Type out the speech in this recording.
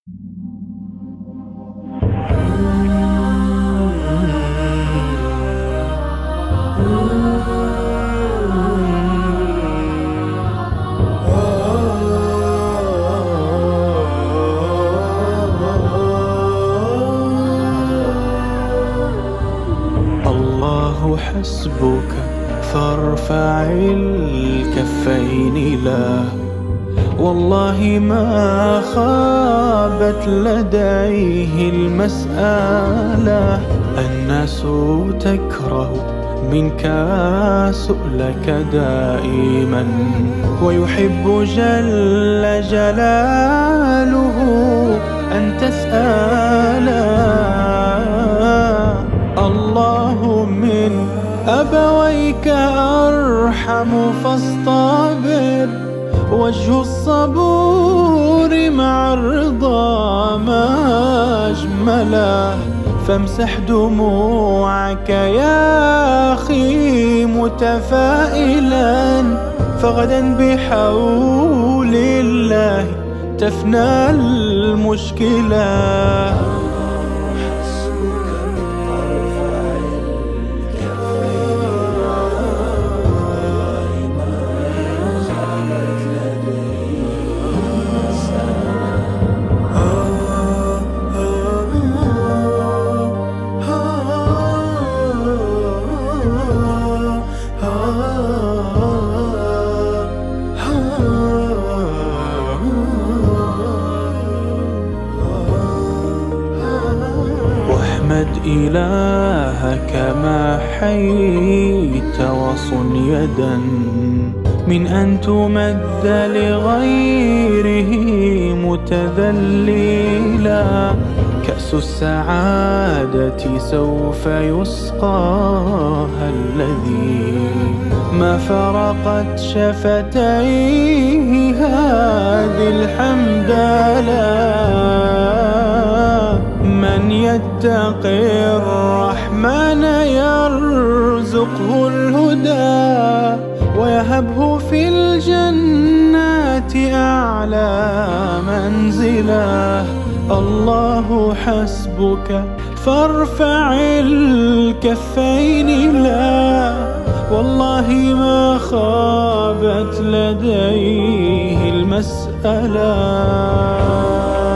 الله حسبك فارفع الكفين له، والله ما خابت لديه المسألة. الناس تكره منك سؤلك دائما، ويحب جل جلاله أن تسأله. الله من أبويك أرحم فاصطبر، وجه الصبور مع الرضا ما أجمله. فامسح دموعك يا أخي متفائلا، فغدا بحول الله تفنى المشكلة. واحمد إلهك ما حييت، وصن يدا من أن تمد لغيره متذللا. كأس السعادة سوف يسقاها الذي ما فرقت شفتيه هذه الحمدلا. من يتقي الرحمن يرزقه الهدى، ويهبه في الجنات أعلى منزله. الله حسبك فارفع الكفين لا، والله ما خابت لديه المسألة.